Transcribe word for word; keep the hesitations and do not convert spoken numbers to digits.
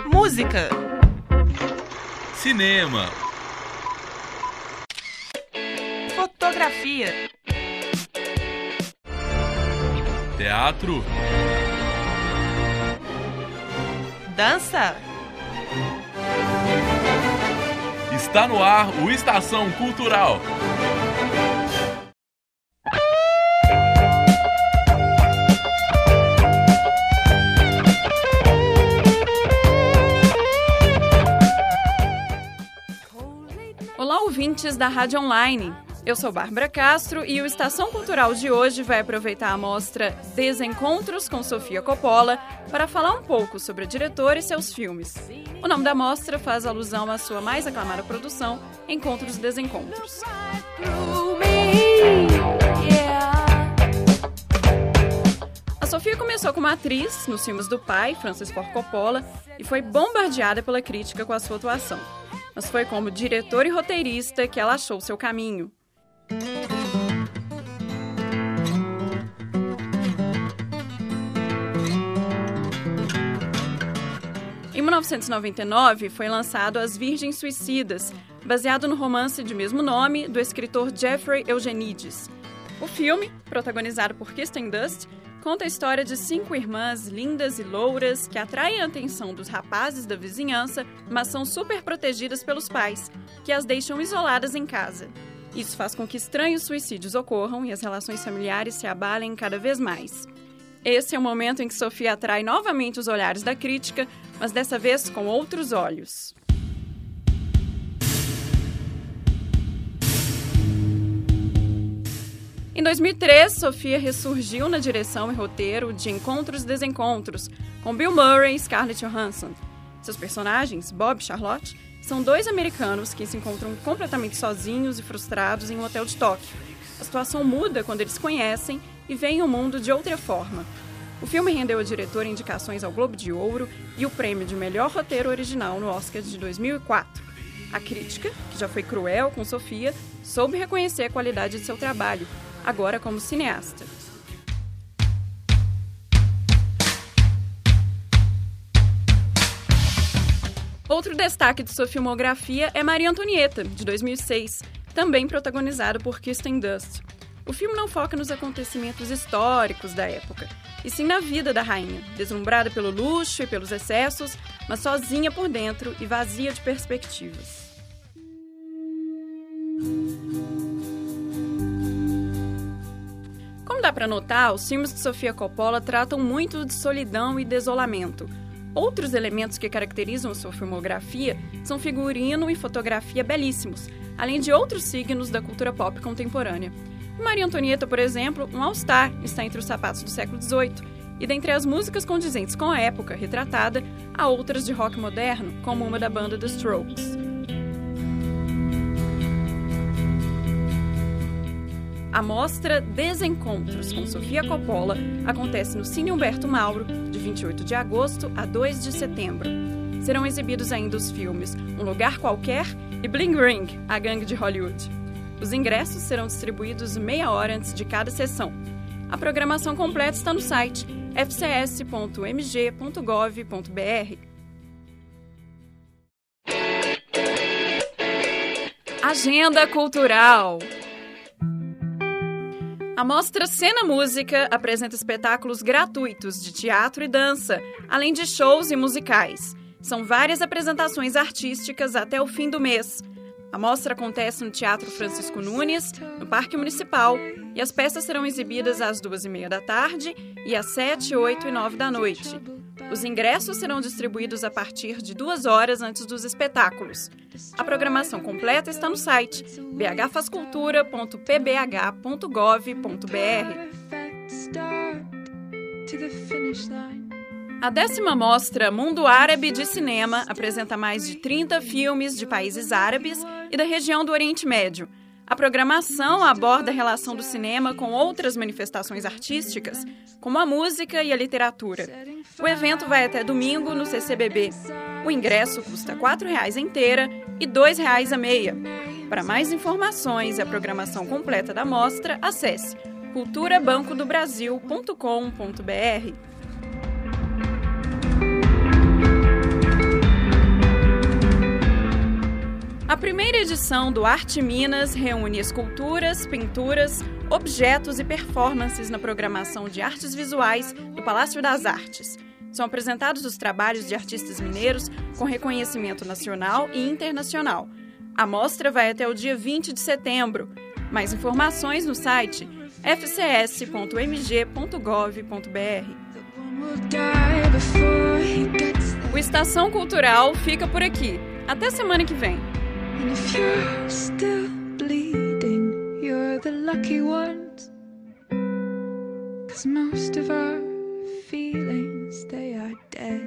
Música. Cinema. Fotografia. Teatro. Dança. Está no ar o Estação Cultural. Olá, ouvintes da Rádio Online. Eu sou Bárbara Castro e o Estação Cultural de hoje vai aproveitar a mostra Desencontros com Sofia Coppola para falar um pouco sobre o diretor e seus filmes. O nome da mostra faz alusão à sua mais aclamada produção, Encontros e Desencontros. A Sofia começou como atriz nos filmes do pai, Francis Ford Coppola, e foi bombardeada pela crítica com a sua atuação. Mas foi como diretor e roteirista que ela achou seu caminho. Em mil novecentos e noventa e nove, foi lançado As Virgens Suicidas, baseado no romance de mesmo nome do escritor Jeffrey Eugenides. O filme, protagonizado por Kirsten Dunst, conta a história de cinco irmãs lindas e louras que atraem a atenção dos rapazes da vizinhança, mas são super protegidas pelos pais, que as deixam isoladas em casa. Isso faz com que estranhos suicídios ocorram e as relações familiares se abalem cada vez mais. Esse é o momento em que Sofia atrai novamente os olhares da crítica, mas dessa vez com outros olhos. Em dois mil e três, Sofia ressurgiu na direção e roteiro de Encontros e Desencontros, com Bill Murray e Scarlett Johansson. Seus personagens, Bob e Charlotte, são dois americanos que se encontram completamente sozinhos e frustrados em um hotel de Tóquio. A situação muda quando eles se conhecem e veem o mundo de outra forma. O filme rendeu ao diretor indicações ao Globo de Ouro e o prêmio de melhor roteiro original no Oscar de dois mil e quatro. A crítica, que já foi cruel com Sofia, soube reconhecer a qualidade de seu trabalho, agora como cineasta. Outro destaque de sua filmografia é Maria Antonieta, de dois mil e seis, também protagonizado por Kirsten Dunst. O filme não foca nos acontecimentos históricos da época, e sim na vida da rainha, deslumbrada pelo luxo e pelos excessos, mas sozinha por dentro e vazia de perspectivas. Como dá para notar, os filmes de Sofia Coppola tratam muito de solidão e desolamento. Outros elementos que caracterizam sua filmografia são figurino e fotografia belíssimos, além de outros signos da cultura pop contemporânea. Em Maria Antonieta, por exemplo, um All-Star está entre os sapatos do século dezoito, e dentre as músicas condizentes com a época retratada, há outras de rock moderno, como uma da banda The Strokes. A mostra Desencontros com Sofia Coppola acontece no Cine Humberto Mauro, de vinte e oito de agosto a dois de setembro. Serão exibidos ainda os filmes Um Lugar Qualquer e Bling Ring, A Gangue de Hollywood. Os ingressos serão distribuídos meia hora antes de cada sessão. A programação completa está no site f c s ponto m g ponto gov ponto b r. Agenda Cultural. A mostra Cena Música apresenta espetáculos gratuitos de teatro e dança, além de shows e musicais. São várias apresentações artísticas até o fim do mês. A mostra acontece no Teatro Francisco Nunes, no Parque Municipal, e as peças serão exibidas às duas e meia da tarde e às sete, oito e nove da noite. Os ingressos serão distribuídos a partir de duas horas antes dos espetáculos. A programação completa está no site b h faz cultura ponto p b h ponto gov ponto b r. A décima mostra Mundo Árabe de Cinema apresenta mais de trinta filmes de países árabes e da região do Oriente Médio. A programação aborda a relação do cinema com outras manifestações artísticas, como a música e a literatura. O evento vai até domingo no C C B B. O ingresso custa quatro reais inteira e dois reais a meia. Para mais informações e a programação completa da mostra, acesse cultura banco do brasil ponto com ponto b r. A primeira edição do Arte Minas reúne esculturas, pinturas, objetos e performances na programação de artes visuais do Palácio das Artes. São apresentados os trabalhos de artistas mineiros com reconhecimento nacional e internacional. A mostra vai até o dia vinte de setembro. Mais informações no site f c s ponto m g ponto gov ponto b r. O Estação Cultural fica por aqui. Até semana que vem. And if you're still bleeding, you're the lucky ones. 'Cause most of our feelings, they are dead.